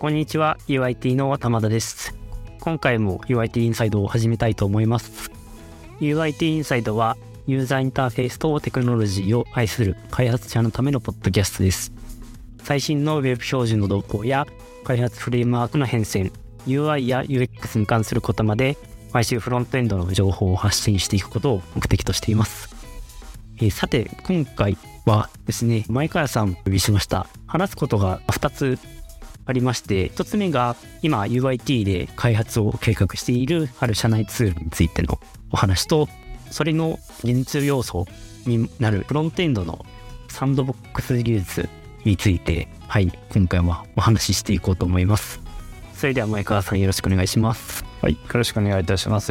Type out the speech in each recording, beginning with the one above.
こんにちは、UIT の玉田です。今回も UIT インサイドを始めたいと思います。UIT インサイドはユーザーインターフェースとテクノロジーを愛する開発者のためのポッドキャストです。最新の Web 標準の動向や開発フレームワークの変遷、UI や UX に関することまで毎週フロントエンドの情報を発信していくことを目的としています。さて今回はですね、前川さんをお呼びしました。話すことが2つありまして、1つ目が今 UIT で開発を計画しているある社内ツールについてのお話と、それの技術要素になるフロントエンドのサンドボックス技術について、今回はお話ししていこうと思います。それでは前川さん、よろしくお願いします。 はい、よろしくお願いいたします。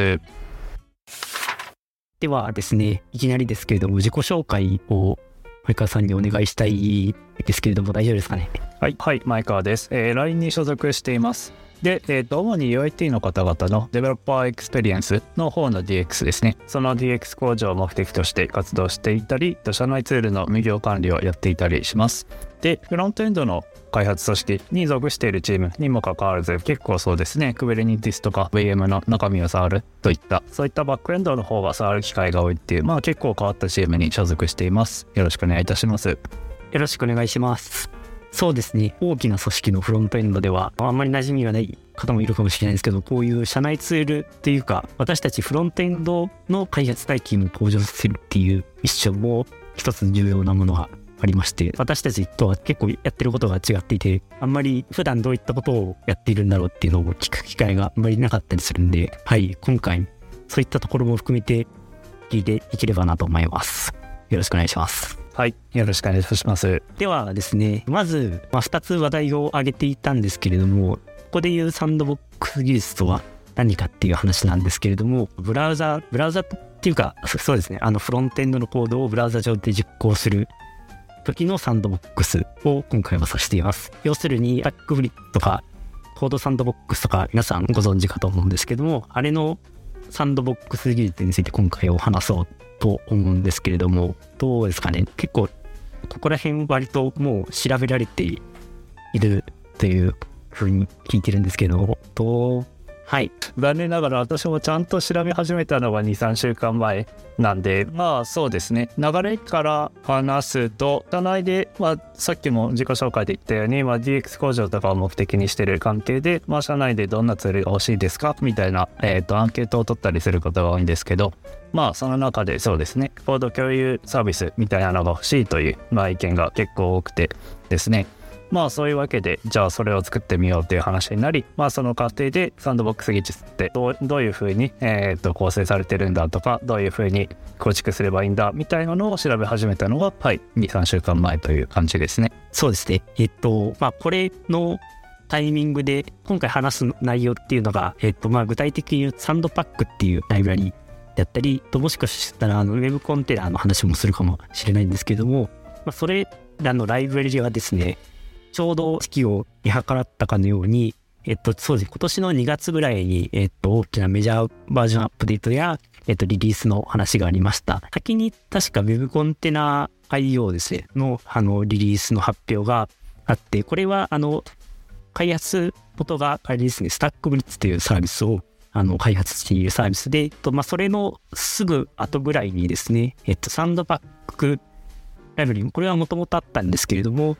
ではですね、いきなりですけれども自己紹介を前川さんにお願いしたいですけれども大丈夫ですかね。 はい、前川です。LINE に所属しています。で、主に UIT の方々のデベロッパーエクスペリエンスの方の DX ですね。その DX 向上を目的として活動していたり、社内ツールの無料管理をやっていたりします。で、フロントエンドの開発組織に属しているチームにもかかわらず、結構そうですね、Kubernetes とか VM の中身を触るといった、そういったバックエンドの方が触る機会が多いっていう、結構変わったチームに所属しています。よろしくお願いいたします。 よろしくお願いします。そうですね、大きな組織のフロントエンドではあんまり馴染みがない方もいるかもしれないですけど、こういう社内ツールっていうか、私たちフロントエンドの開発体験を向上させるっていうミッションも一つ重要なものがありまして、私たちとは結構やってることが違っていて、あんまり普段どういったことをやっているんだろうっていうのを聞く機会があんまりなかったりするんで、今回そういったところも含めて聞いていければなと思います。よろしくお願いします。 はい、よろしくお願いします。 ではですね、まず、2つ話題を挙げていたんですけれども、ここでいうサンドボックス技術とは何かっていう話なんですけれども、ブラウザっていうか、そうですね、フロントエンドのコードをブラウザ上で実行する時のサンドボックスを今回は指しています。要するに、バックフリットとか、コードサンドボックスとか皆さんご存知かと思うんですけども、あれのサンドボックス技術について今回お話そうと思うんですけれども、どうですかね。結構ここら辺割ともう調べられているというふうに聞いてるんですけど、 残念ながら私もちゃんと調べ始めたのは 2,3 週間前なんで、そうですね、流れから話すと、社内で、さっきも自己紹介で言ったように、DX 向上とかを目的にしている関係で、社内でどんなツールが欲しいですかみたいな、アンケートを取ったりすることが多いんですけど、その中でそうですね、コード共有サービスみたいなのが欲しいという、意見が結構多くてですね、そういうわけで、じゃあそれを作ってみようという話になり、その過程でサンドボックス技術ってどういうふうに、構成されてるんだとか、どういうふうに構築すればいいんだみたいなのを調べ始めたのが 2,3 週間前という感じですね。 そうですね。これのタイミングで今回話す内容っていうのが、具体的に言うサンドパックっていうライブラリだったり、もしかしたらWeb コンテナの話もするかもしれないんですけども、それらのライブラリはですね、ちょうど時期を見計らったかのように、そうですね、今年の2月ぐらいに、大きなメジャーバージョンアップデートや、リリースの話がありました。先に確か Web コンテナ IO ですね、の、リリースの発表があって、これは、開発元があれですね、スタックブリッツというサービスを、開発しているサービスで、それのすぐ後ぐらいにですね、サンドバックライブラリ、これはもともとあったんですけれども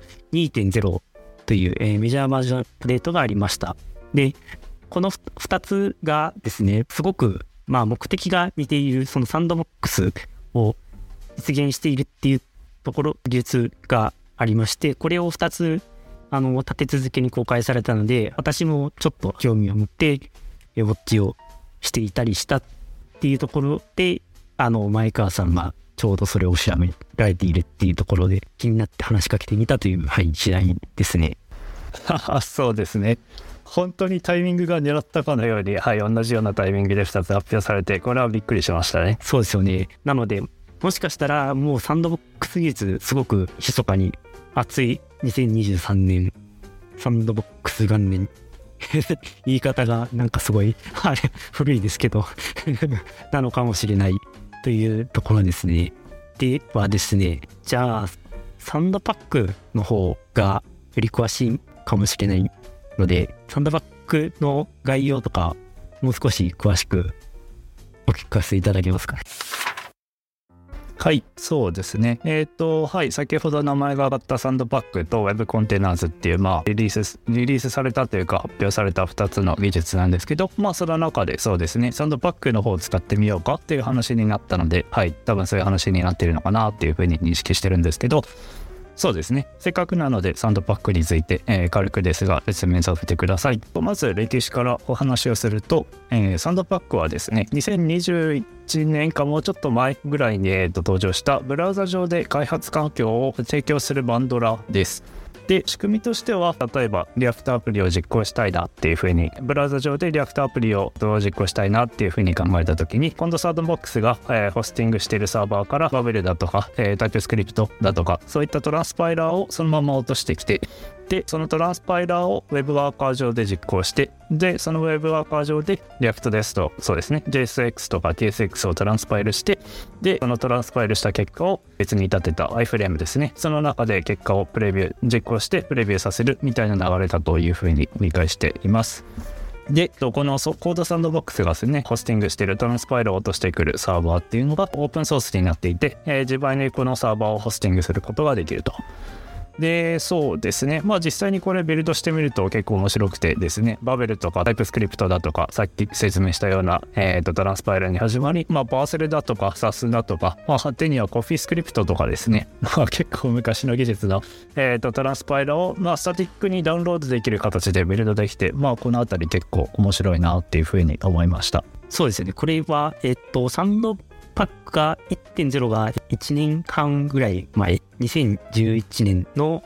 2.0 という、メジャーバージョンアップデートがありました。で、この2つがですね、すごく目的が似ている、そのサンドボックスを実現しているっていうところ、技術がありまして、これを2つ立て続けに公開されたので、私もちょっと興味を持ってウォッチをしていたりしたっていうところで、前川さんがちょうどそれを調べられているっていうところで気になって話しかけてみたという、次第ですね。 そうですね。本当にタイミングが狙ったかのように、同じようなタイミングで2つ発表されて、これはびっくりしましたね。 そうですよね。なので、もしかしたらもうサンドボックス技術すごく密かに熱い2023年サンドボックス元年言い方がなんかすごい古いですけどなのかもしれないというところですね。ではですね、じゃあサンドパックの方がより詳しいかもしれないので、サンドバッグの概要とか、もう少し詳しくお聞かせいただけますかね。 はい、そうですね。はい、先ほど名前が挙がったサンドバッグと Web コンテナーズっていう、リリースされたというか発表された2つの技術なんですけど、その中でそうですね、サンドバッグの方を使ってみようかっていう話になったので、はい、多分そういう話になっているのかなっていうふうに認識してるんですけど、そうですね。せっかくなのでサンドバッグについて、軽くですが説明させてください。まず歴史からお話をすると、サンドバッグはですね、2021年かもうちょっと前ぐらいに、登場したブラウザ上で開発環境を提供するバンドラです。で、仕組みとしては、例えばリアクトアプリを実行したいなっていう風に、ブラウザ上でリアクトアプリを実行したいなっていう風に考えた時に、今度サンドボックスが、ホスティングしているサーバーからバベルだとか、タイプスクリプトだとか、そういったトランスパイラーをそのまま落としてきて、でそのトランスパイラーを Web ワーカー上で実行して、でその Web ワーカー上で React ですと、そうですね、 JSX とか TSX をトランスパイルして、でそのトランスパイルした結果を別に立てた iFrame ですね、その中で結果を実行してプレビューさせるみたいな流れだというふうに理解しています。で、このコードサンドボックスがですね、ホスティングしているトランスパイルを落としてくるサーバーっていうのがオープンソースになっていて、自前にこのサーバーをホスティングすることができると。で、そうですね、実際にこれビルドしてみると結構面白くてですね、バベルとかタイプスクリプトだとか、さっき説明したような、トランスパイラーに始まり、バーセルだとか SAS だとか、果てにはコフィースクリプトとかですね、結構昔の技術の、トランスパイラーを、スタティックにダウンロードできる形でビルドできて、このあたり結構面白いなっていうふうに思いました。 そうですよね。これは、サンドパックが 1.0 が1年間ぐらい前、2011年の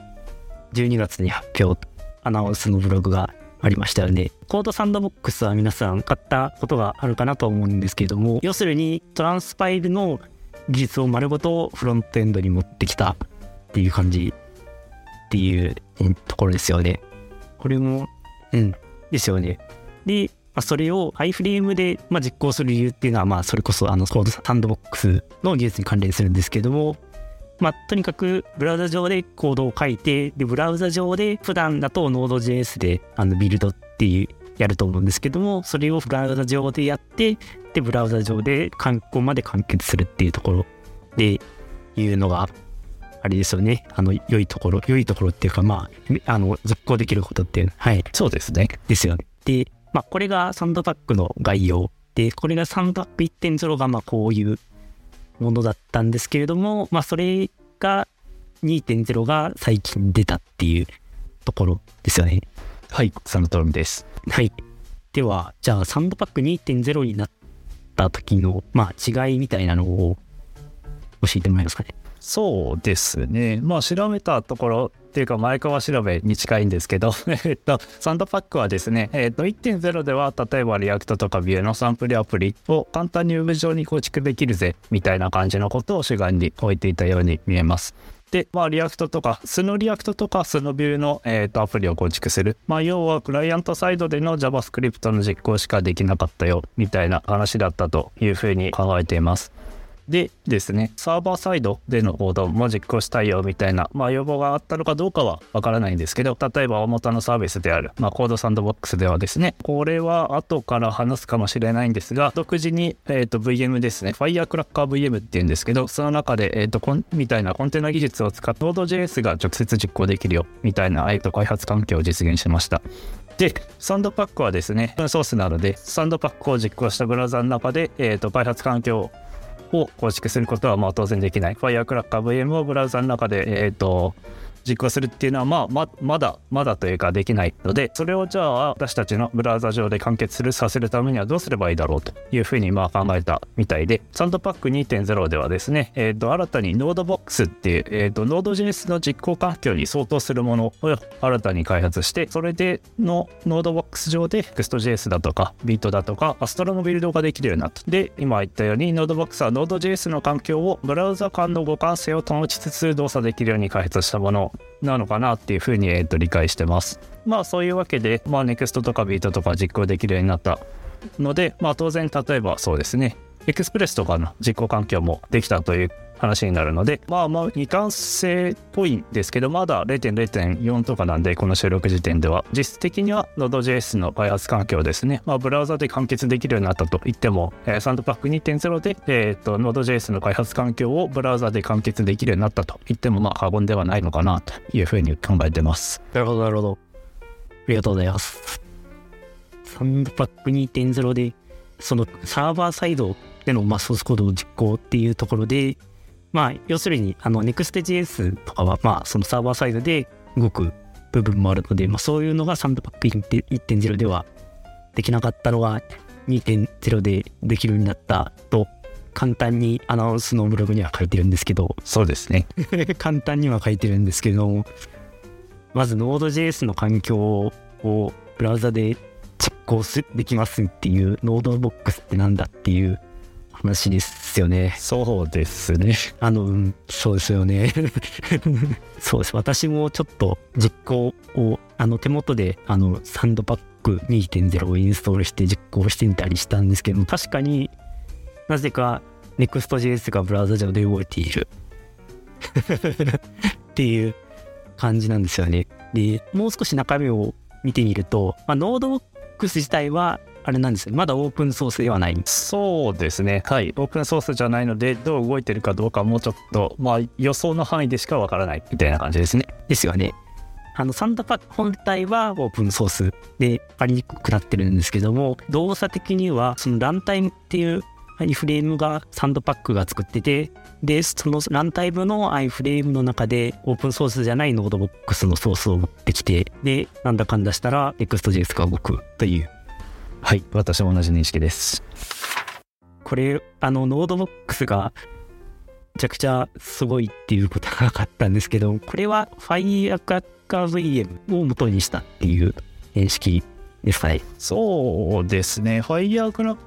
12月に発表、アナウンスのブログがありましたよね。コードサンドボックスは皆さん買ったことがあるかなと思うんですけれども、要するにトランスパイルの技術を丸ごとフロントエンドに持ってきたっていう感じっていうところですよね。これも、ですよね。で、それを iFrame で実行する理由っていうのは、それこそコードサンドボックスの技術に関連するんですけども、とにかくブラウザ上でコードを書いて、でブラウザ上で普段だと Node.js でビルドっていうやると思うんですけども、それをブラウザ上でやって、でブラウザ上でここまで完結するっていうところでいうのがあれですよね。良いところっていうか、実行できることっていう、はい、 そうですね。 ですよね。で、これがサンドバッグの概要で、これがサンドバッグ 1.0 がこういうものだったんですけれども、それが 2.0 が最近出たっていうところですよね。 はい、その通りです。 はい。では、じゃあサンドバッグ 2.0 になった時の違いみたいなのを教えてもらえますかね。 そうですね。調べたところっていうか前川調べに近いんですけどサンドパックはですね、1.0 では例えばリアクトとかビューのサンプルアプリを簡単にウェブ上に構築できるぜみたいな感じのことを主眼に置いていたように見えます。で、リアクトとか素のリアクトとか素のビューの、アプリを構築する、要はクライアントサイドでの JavaScript の実行しかできなかったよみたいな話だったというふうに考えています。でですね、サーバーサイドでのコードも実行したいよみたいな、要望があったのかどうかはわからないんですけど、例えば大元のサービスである、コードサンドボックスではですね、これは後から話すかもしれないんですが、独自に、VM ですね、Firecracker VM っていうんですけど、その中で、みたいなコンテナ技術を使った Node.js が直接実行できるよみたいな、開発環境を実現しました。で、サンドパックはですね、オープンソースなので、サンドパックを実行したブラウザの中で、開発環境を構築することは当然できない。Firecracker VM をブラウザの中で、実行するっていうのはまだというかできないので、それをじゃあ私たちのブラウザ上で完結させるためにはどうすればいいだろうというふうに考えたみたいで、サンドパック 2.0 ではですね、新たに Nodebox っていう、Node.js の実行環境に相当するものを新たに開発して、それでの Nodebox 上で Next.js だとか Bit だとか Astro のビルドができるようになった。で、今言ったように Nodebox は Node.js の環境をブラウザ間の互換性を保ちつつ動作できるように開発したものなのかなっていうふうに、理解してます。そういうわけで、Next とか Bit とか実行できるようになったので、当然例えばそうですね、エクスプレスとかの実行環境もできたという話になるので、未完成っぽいんですけど、まだ 0.0.4 とかなんで、この収録時点では実質的には Node.js の開発環境ですね、ブラウザで完結できるようになったと言っても、サンドパック 2.0 で、Node.js の開発環境をブラウザで完結できるようになったと言っても過言ではないのかなというふうに考えてます。 なるほどなるほど、ありがとうございます。サンドパック 2.0 でそのサーバーサイドでのソースコードを実行っていうところで、要するにNext.js とかはそのサーバーサイドで動く部分もあるので、そういうのがサンドパック 1.0 ではできなかったのが 2.0 でできるようになったと簡単にアナウンスのブログには書いてるんですけど、 そうですね簡単には書いてるんですけど、まず Node.js の環境をブラウザで実行できますっていう、ノードボックスってなんだっていう話ですよね。 そうですね。 そうですよね。そうです。私もちょっと実行を手元でサンドパック 2.0 をインストールして実行してみたりしたんですけども、確かになぜか Next.js がブラウザ上で動いているっていう感じなんですよね。で、もう少し中身を見てみると、ノードボックス自体はあれなんですよ、まだオープンソースではない。 そうですね、はい、オープンソースじゃないので、どう動いてるかどうかもうちょっと予想の範囲でしかわからないみたいな感じですね。 ですよね。サンドパック本体はオープンソースで分かりにくくなってるんですけども、動作的にはそのランタイムっていうフレームがサンドパックが作ってて、でそのランタイムのフレームの中でオープンソースじゃないノードボックスのソースを持ってきて、でなんだかんだしたら Next.js が動くという。 はい、私も同じ認識です。 これノードボックスがめちゃくちゃすごいっていうことが分かったんですけど、これは Firecracker VM を元にしたっていう認識ですかね。 そうですね、Firecracker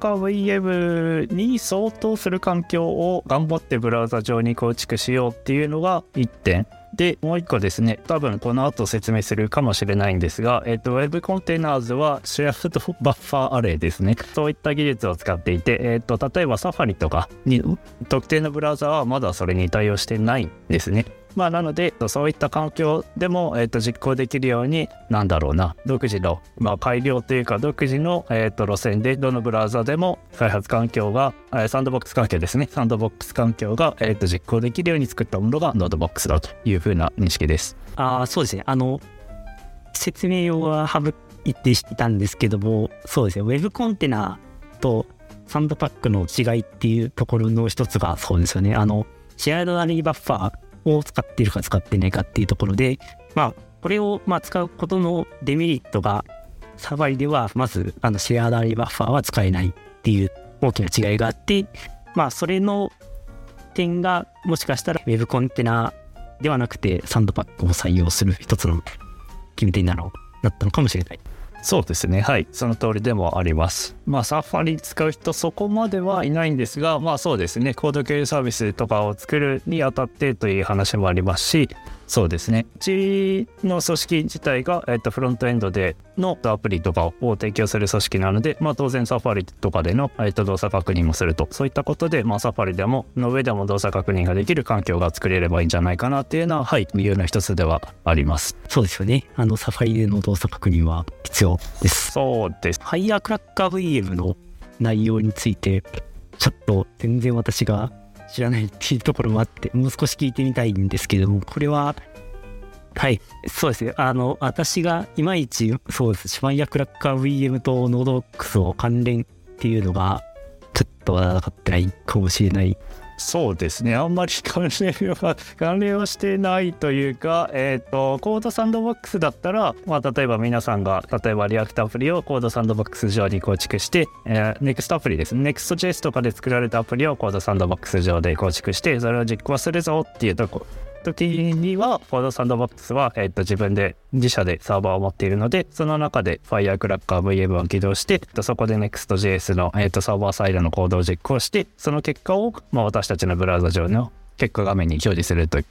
VM に相当する環境を頑張ってブラウザ上に構築しようっていうのが1点で、もう一個ですね、多分この後説明するかもしれないんですが、Web コンテナーズはシェアフドバッファーアレイですね。そういった技術を使っていて、例えば Safari とかに特定のブラウザはまだそれに対応してないんですね。なのでそういった環境でも、実行できるように独自の、改良というか独自の、路線でどのブラウザでも開発環境が、サンドボックス環境ですね、サンドボックス環境が、実行できるように作ったものがノードボックスだというふうな認識です。 そうですね、説明は省いていたんですけども、そうですね、Web コンテナとサンドパックの違いっていうところの一つがそうですよね。シェアードラリーバッファーを使っているか使っていないかっていうところで、これを使うことのデメリットが、サファリではまずシェアラリーバッファーは使えないっていう大きな違いがあって、それの点がもしかしたら Web コンテナではなくてサンドパックを採用する一つの決め手になったのかもしれない。 そうですね、はい、その通りでもあります。サファリ使う人そこまではいないんですが、そうですね、コード共有サービスとかを作るにあたってという話もありますし、そうですね、うちの組織自体が、フロントエンドでのアプリとかを提供する組織なので、当然サファリとかでの、動作確認もすると、そういったことで、サファリでもの上でも動作確認ができる環境が作れればいいんじゃないかなっていうのは、理由の一つではあります。 そうですよね、サファリでの動作確認は必要です。 そうです。 Firecracker VM の内容についてちょっと全然私が知らないっていうところもあって、もう少し聞いてみたいんですけども、これはそうですね、私がいまいちそうです、Firecracker VM と Node.js を関連っていうのがちょっと分かってないかもしれない。 そうですね、あんまり関連はしてないというか、コードサンドボックスだったら、例えば皆さんがリアクトアプリをコードサンドボックス上に構築して、Next アプリですね、Next.js とかで作られたアプリをコードサンドボックス上で構築して、それを実行するぞっていう時には、コードサンドボックスは、自社でサーバーを持っているので、その中で Firecracker VM を起動して、そこで Next.js の、サーバーサイドのコードを実行して、その結果を、私たちのブラウザ上の結果画面に表示するといった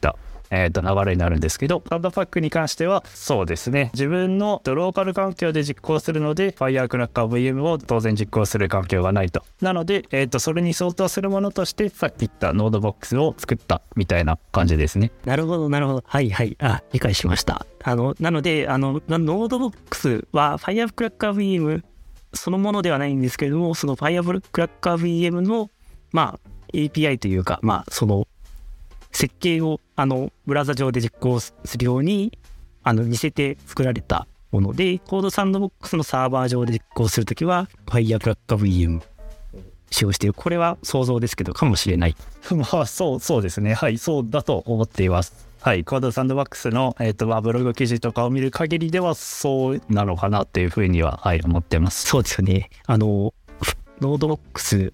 流れになるんですけど、サンドパックに関してはそうですね、自分のローカル環境で実行するので Firecracker VM を当然実行する環境がないと。なので、それに相当するものとしてさっき言ったノードボックスを作ったみたいな感じですね。 なるほどなるほど、はいはい、理解しました。なのでノードボックスは Firecracker VM そのものではないんですけれども、その Firecracker VM のAPI というか、その設計をブラウザ上で実行するように似せて作られたもので、コードサンドボックスのサーバー上で実行するときは Firecracker VM 使用している。これは想像ですけどかもしれない。 そうですね、はい、そうだと思っています。はい、コードサンドボックスの、ブログ記事とかを見る限りではそうなのかなっていうふうには、はい、思ってます。 そうですよね。ノードボックス、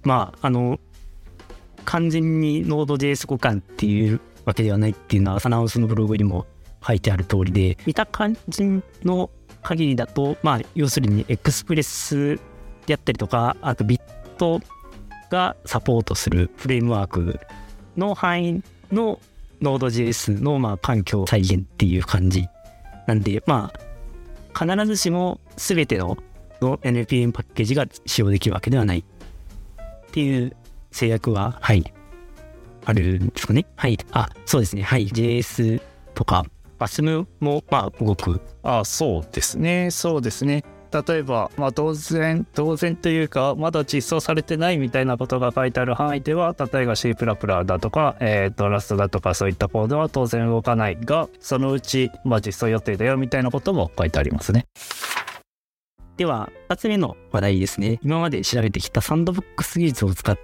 完全に Node.js 互換っていうわけではないっていうのはアナウンスのブログにも書いてある通りで、見た感じの限りだと、要するにエクスプレスであったりとか、あとビットがサポートするフレームワークの範囲の Node.js の環境再現っていう感じなんで、必ずしも全ての NPM パッケージが使用できるわけではないっていう制約は、はい、あるんですかね。はい。そうですね。はい。JS とか Asm も動く。 そうですね。そうですね。例えば、当然というか、まだ実装されてないみたいなことが書いてある範囲では、例えば C++ だとか、Rust だとかそういったコードは当然動かないが、そのうち、実装予定だよみたいなことも書いてありますね。 では、2つ目の話題ですね。今まで調べてきたサンドボックス技術を使って、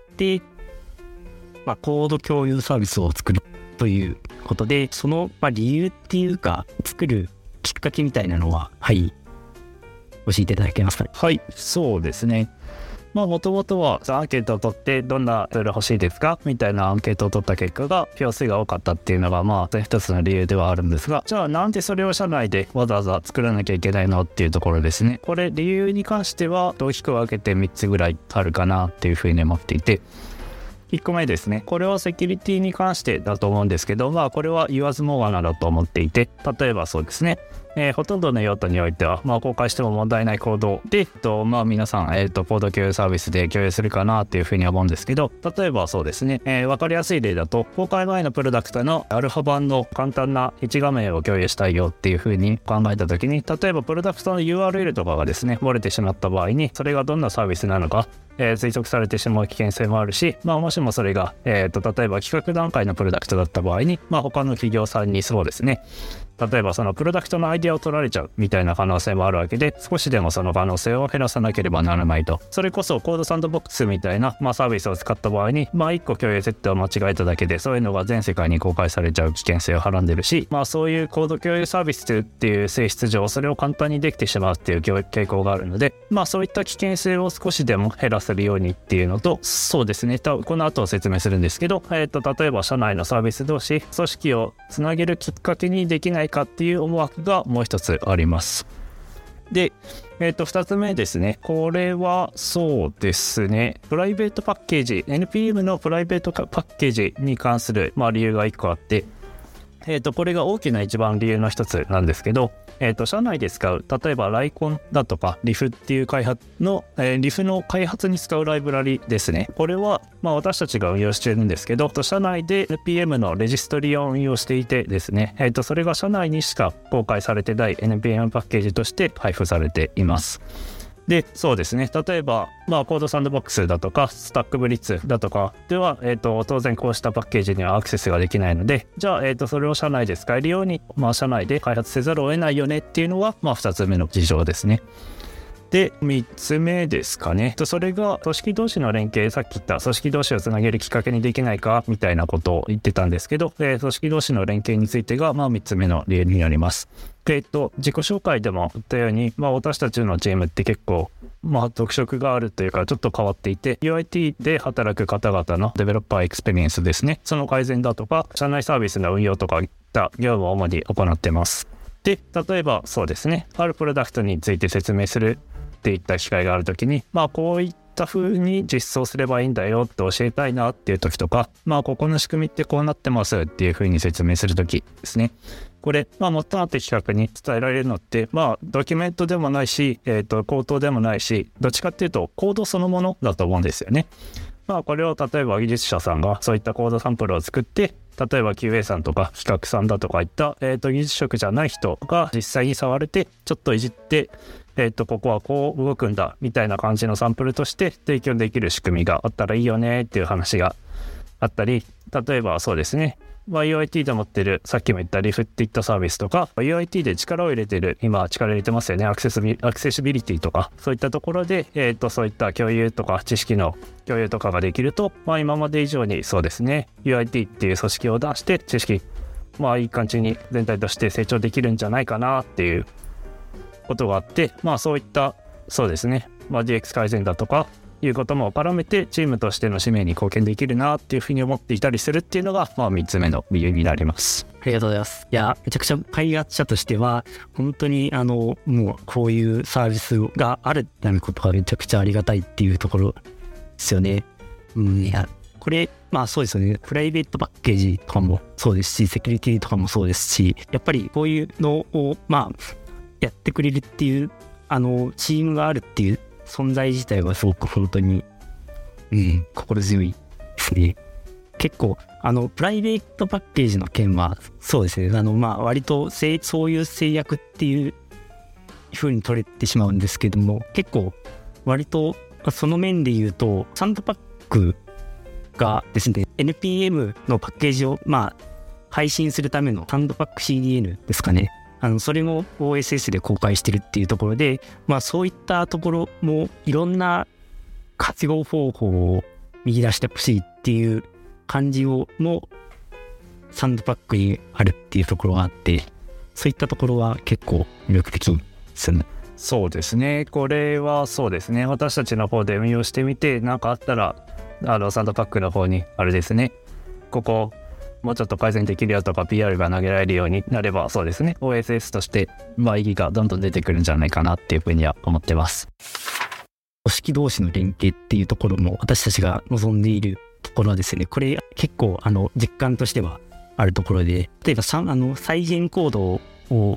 コード共有サービスを作るということで、その、理由っていうか、作るきっかけみたいなのは、はい、教えていただけますかね。 はい、そうですね。もともとはアンケートを取ってどんなツール欲しいですかみたいなアンケートを取った結果が票数が多かったっていうのが一つの理由ではあるんですが、じゃあなんでそれを社内でわざわざ作らなきゃいけないのっていうところですね。これ理由に関しては大きく分けて3つぐらいあるかなっていうふうに思っていて、1個目ですね。これはセキュリティに関してだと思うんですけど、これは言わずもがなだと思っていて、例えばそうですね、ほとんどの用途においては、公開しても問題ないコードで、皆さん、コード共有サービスで共有するかなっていうふうに思うんですけど、例えばそうですね、分かりやすい例だと、公開前のプロダクトのアルファ版の簡単な1画面を共有したいよっていうふうに考えたときに、例えばプロダクトの URL とかがですね、漏れてしまった場合に、それがどんなサービスなのか、推測されてしまう危険性もあるし、もしもそれが、例えば企画段階のプロダクトだった場合に、他の企業さんにそうですね、例えばそのプロダクトのアイデアを取られちゃうみたいな可能性もあるわけで、少しでもその可能性を減らさなければならないと。それこそコードサンドボックスみたいな、サービスを使った場合に、1個共有設定を間違えただけでそういうのが全世界に公開されちゃう危険性をはらんでるし、そういうコード共有サービスっていう性質上それを簡単にできてしまうっていう傾向があるので、そういった危険性を少しでも減らせるようにっていうのと、そうですね、この後説明するんですけど、例えば社内のサービス同士組織をつなげるきっかけにできないかっていう思惑がもう一つあります。で、2つ目ですね。これはそうですね、プライベートパッケージ NPM のプライベートパッケージに関する、理由が1個あって、これが大きな一番理由の一つなんですけど、社内で使う例えばライコンだとかリフっていう開発の、リフの開発に使うライブラリですね。これは、私たちが運用しているんですけど、社内で NPM のレジストリを運用していてですね、それが社内にしか公開されてない NPM パッケージとして配布されています。で、そうですね、例えば、コードサンドボックスだとかスタックブリッツだとかでは、当然こうしたパッケージにはアクセスができないので、じゃあ、それを社内で使えるように、社内で開発せざるを得ないよねっていうのは、2つ目の事情ですね。で、3つ目ですかね。それが組織同士の連携、さっき言った組織同士をつなげるきっかけにできないかみたいなことを言ってたんですけど、組織同士の連携についてが、3つ目の理由になります。自己紹介でも言ったように、私たちのチームって結構、特色があるというかちょっと変わっていて、 UIT で働く方々のデベロッパーエクスペリエンスですね、その改善だとか社内サービスの運用とかいった業務を主に行っています。で、例えばそうですね、あるプロダクトについて説明するっていった機会があるときに、こういったった風に実装すればいいんだよって教えたいなっていう時とか、ここの仕組みってこうなってますっていう風に説明する時ですね。これ、最も的確に伝えられるのって、ドキュメントでもないし、口頭でもないし、どっちかっていうとコードそのものだと思うんですよね。これを例えば技術者さんがそういったコードサンプルを作って、例えば QA さんとか企画さんだとかいった、技術職じゃない人が実際に触れてちょっといじって、ここはこう動くんだみたいな感じのサンプルとして提供できる仕組みがあったらいいよねっていう話があったり、例えばそうですね、UIT で持ってるさっきも言ったリフっていったサービスとか UIT で力を入れてる、今力入れてますよね、アクセシビリティとかそういったところで、そういった共有とか知識の共有とかができると、今まで以上にそうですね UIT っていう組織を出して知識いい感じに全体として成長できるんじゃないかなっていうことがあって、そういったそうですね、DX 改善だとかいうことも絡めてチームとしての使命に貢献できるなっていうふうに思っていたりするっていうのが3つ目の理由になります。 ありがとうございます。いや、めちゃくちゃ開発者としては本当にもうこういうサービスがあるってなることがめちゃくちゃありがたいっていうところですよね。いやこれそうですよね。プライベートパッケージとかもそうですし、セキュリティとかもそうですし、やっぱりこういうのをやってくれるっていうチームがあるっていう存在自体はすごく本当に、心強いですね。結構プライベートパッケージの件はそうですね、割とそういう制約っていう風に取れてしまうんですけども、結構割とその面で言うとサンドパックがですね NPM のパッケージを配信するためのサンドパック CDN ですかね、それも OSS で公開してるっていうところで、そういったところもいろんな活用方法を見出してほしいっていう感じをもサンドパックにあるっていうところがあって、そういったところは結構魅力的ですね。 そうですね、これはそうですね、私たちの方で運用してみて何かあったらサンドパックの方にあれですね、ここもうちょっと改善できるよとか PR が投げられるようになれば、そうですね OSS として意義がどんどん出てくるんじゃないかなっていうふうには思ってます。 組織同士の連携っていうところも私たちが望んでいるところはですね、これ結構実感としてはあるところで、例えば再現コードを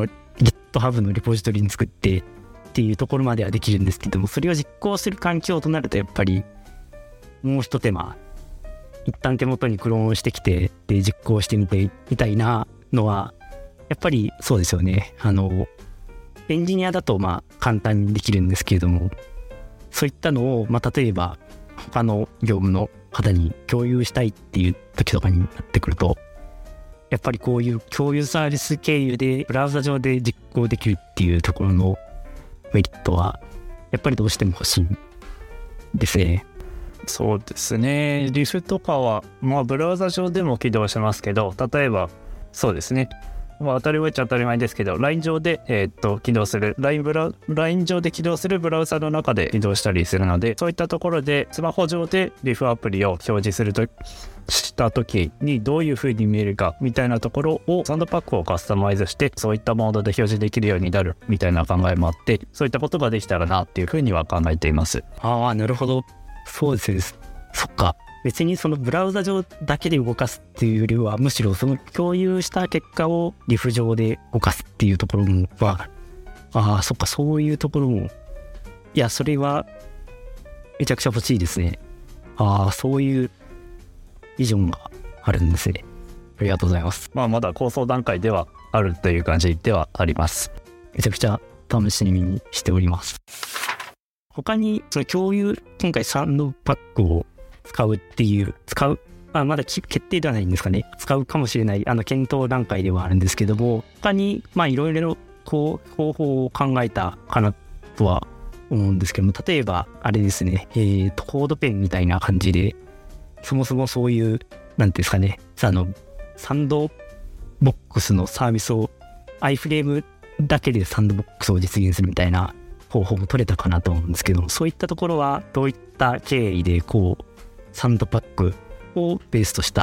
GitHub のリポジトリに作ってっていうところまではできるんですけども、それを実行する環境となるとやっぱりもう一手間、一旦手元にクローンしてきてで実行してみてみたいなのはやっぱりそうですよね。エンジニアだと簡単にできるんですけれども、そういったのを例えば他の業務の方に共有したいっていう時とかになってくると、やっぱりこういう共有サービス経由でブラウザ上で実行できるっていうところのメリットはやっぱりどうしても欲しいですね。 そうですね、リフとかはブラウザ上でも起動しますけど、例えばそうですね、当たり前っちゃ当たり前ですけど LINE 上で、起動する LINE 上で起動するブラウザの中で起動したりするので、そういったところでスマホ上でリフアプリを表示するとした時にどういう風に見えるかみたいなところをサンドパックをカスタマイズしてそういったモードで表示できるようになるみたいな考えもあって、そういったことができたらなっていう風には考えています。 なるほど、そうですね。そっか、別にそのブラウザ上だけで動かすっていうよりは、むしろその共有した結果をリフ上で動かすっていうところもそっか、そういうところも、いやそれはめちゃくちゃ欲しいですね。そういうビジョンがあるんですね。ありがとうございます。 まだ構想段階ではあるという感じではあります。 めちゃくちゃ楽しみにしております。他にその共有、今回サンドパックを使うまだ決定ではないんですかね。使うかもしれない検討段階ではあるんですけども、他にいろいろ方法を考えたかなとは思うんですけども、例えばあれですね、コードペンみたいな感じで、そもそもそういうなんていうんですかね、サンドボックスのサービスを iFrame だけでサンドボックスを実現するみたいな方法も取れたかなと思うんですけど、そういったところはどういった経緯でサンドパックをベースとした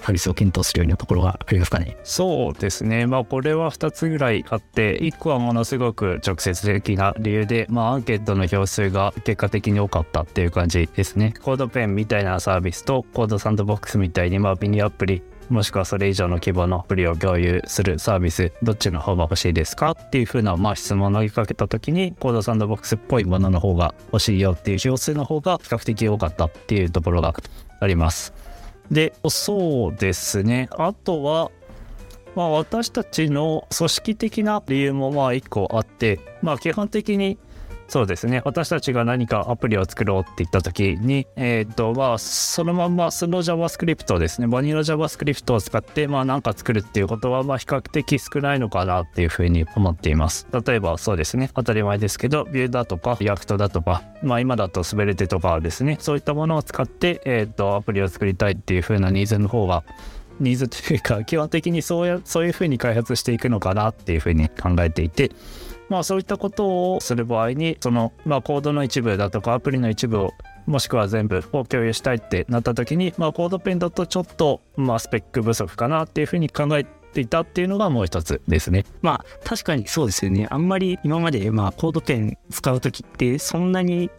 サービスを検討するようなところがありますかね。 そうですね。これは2つぐらいあって、1個はものすごく直接的な理由で、アンケートの票数が結果的に多かったっていう感じですね。コードペンみたいなサービスとコードサンドボックスみたいにミニアプリもしくはそれ以上の規模のアプリを共有するサービス、どっちの方が欲しいですかっていう風な質問を投げかけた時に、コードサンドボックスっぽいものの方が欲しいよっていう票数の方が比較的多かったっていうところがあります。で、そうですね。あとは私たちの組織的な理由も1個あって、基本的にそうですね、私たちが何かアプリを作ろうって言った時に、そのまんまその JavaScript をですね、バニラ JavaScript を使って何か作るっていうことは比較的少ないのかなっていうふうに思っています。例えばそうですね、当たり前ですけど、Vue だとか React だとか、今だと滑れてとかですね、そういったものを使って、アプリを作りたいっていうふうなニーズの方が、ニーズというか基本的にそういうふうに開発していくのかなっていうふうに考えていて、そういったことをする場合にコードの一部だとかアプリの一部をもしくは全部を共有したいってなった時に、コードペンだとちょっとスペック不足かなっていうふうに考えていたっていうのがもう一つですね。 確かにそうですよね。あんまり今までコードペン使う時ってそんなに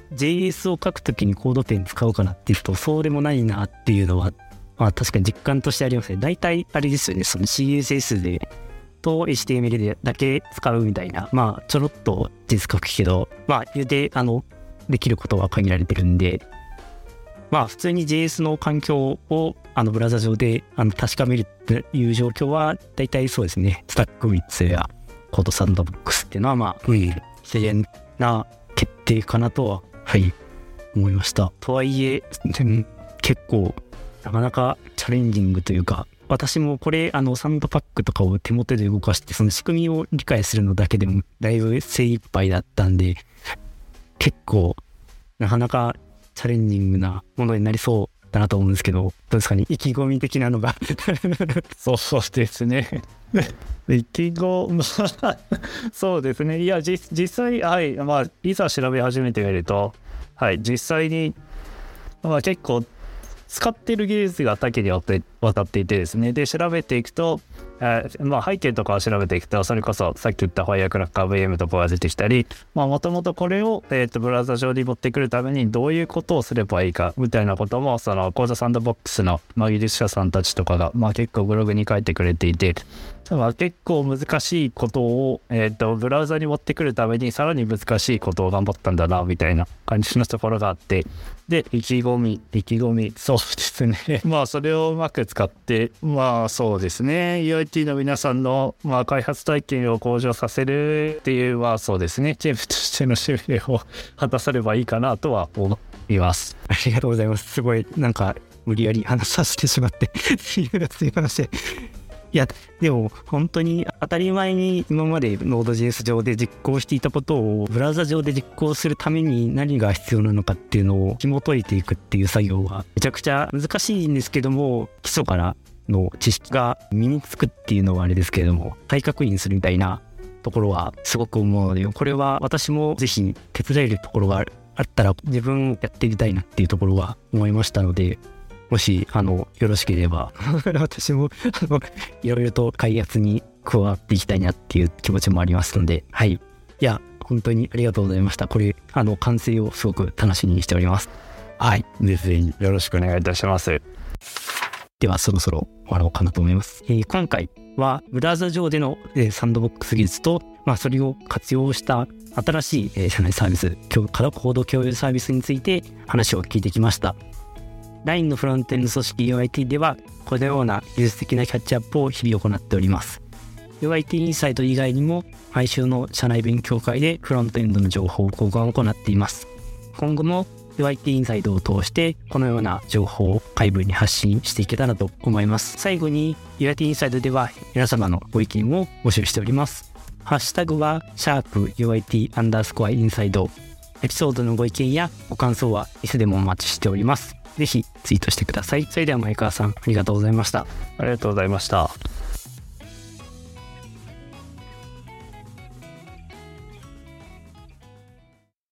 JS を書く時にコードペン使うかなっていうとそうでもないなっていうのは確かに実感としてありますね。大体あれですよね、その CSS でと HTML でだけ使うみたいな、ちょろっと実書くけど、Vue でできることは限られてるんで、普通に JS の環境をブラウザ上で確かめるっていう状況は大体そうですね。スタックウィッツやコードサンドボックスっていうのは自然な決定かなとは思いました。とはいえ結構なかなかチャレンジングというか、私もこれサンドパックとかを手元で動かしてその仕組みを理解するのだけでもだいぶ精一杯だったんで、結構なかなかチャレンジングなものになりそうだなと思うんですけど、どうですかね、意気込み的なのがそうですね意気込みそうですね。いや実際いざ調べ始めてみると実際に結構使っている技術が多岐にわたっていてですね、で調べていくと、背景とかを調べていくと、それこそさっき言った Firecracker VM とかが出てきたり、もともとこれを、ブラウザ上に持ってくるためにどういうことをすればいいかみたいなことも、そのコードサンドボックスの技術者さんたちとかが、結構ブログに書いてくれていて、結構難しいことを、ブラウザに持ってくるためにさらに難しいことを頑張ったんだなみたいな感じのところがあって、で意気込みそうですねそれをうまく使ってそうですね UIT の皆さんの、開発体験を向上させるっていうそうですね、チームとしての使命を果たせればいいかなとは思います。 ありがとうございます。すごい無理やり話させてしまってすいません。いやでも本当に当たり前に今まで Node.js 上で実行していたことをブラウザ上で実行するために何が必要なのかっていうのを紐解いていくっていう作業はめちゃくちゃ難しいんですけども、基礎からの知識が身につくっていうのはあれですけれども、再確認するみたいなところはすごく思うので、これは私もぜひ手伝えるところがあったら自分やってみたいなっていうところは思いましたので、もしよろしければ私もいろいろと開発に加わっていきたいなっていう気持ちもありますので、いや本当にありがとうございました。これ完成をすごく楽しみにしております。 ぜひよろしくお願いいたします。 ではそろそろ終わろうかなと思います。今回はブラウザ上でのサンドボックス技術と、それを活用した新しい社内サービス、コード共有サービスについて話を聞いてきました。LINE のフロントエンド組織 UIT ではこのような技術的なキャッチアップを日々行っております。UIT インサイト以外にも毎週の社内勉強会でフロントエンドの情報交換を行っています。今後も UIT インサイトを通してこのような情報を外部に発信していけたらと思います。最後に UIT インサイトでは皆様のご意見を募集しております。ハッシュタグは#UIT_inside。エピソードのご意見やご感想はいつでもお待ちしております。ぜひツイートしてください。それでは前川さん、ありがとうございました。 ありがとうございました。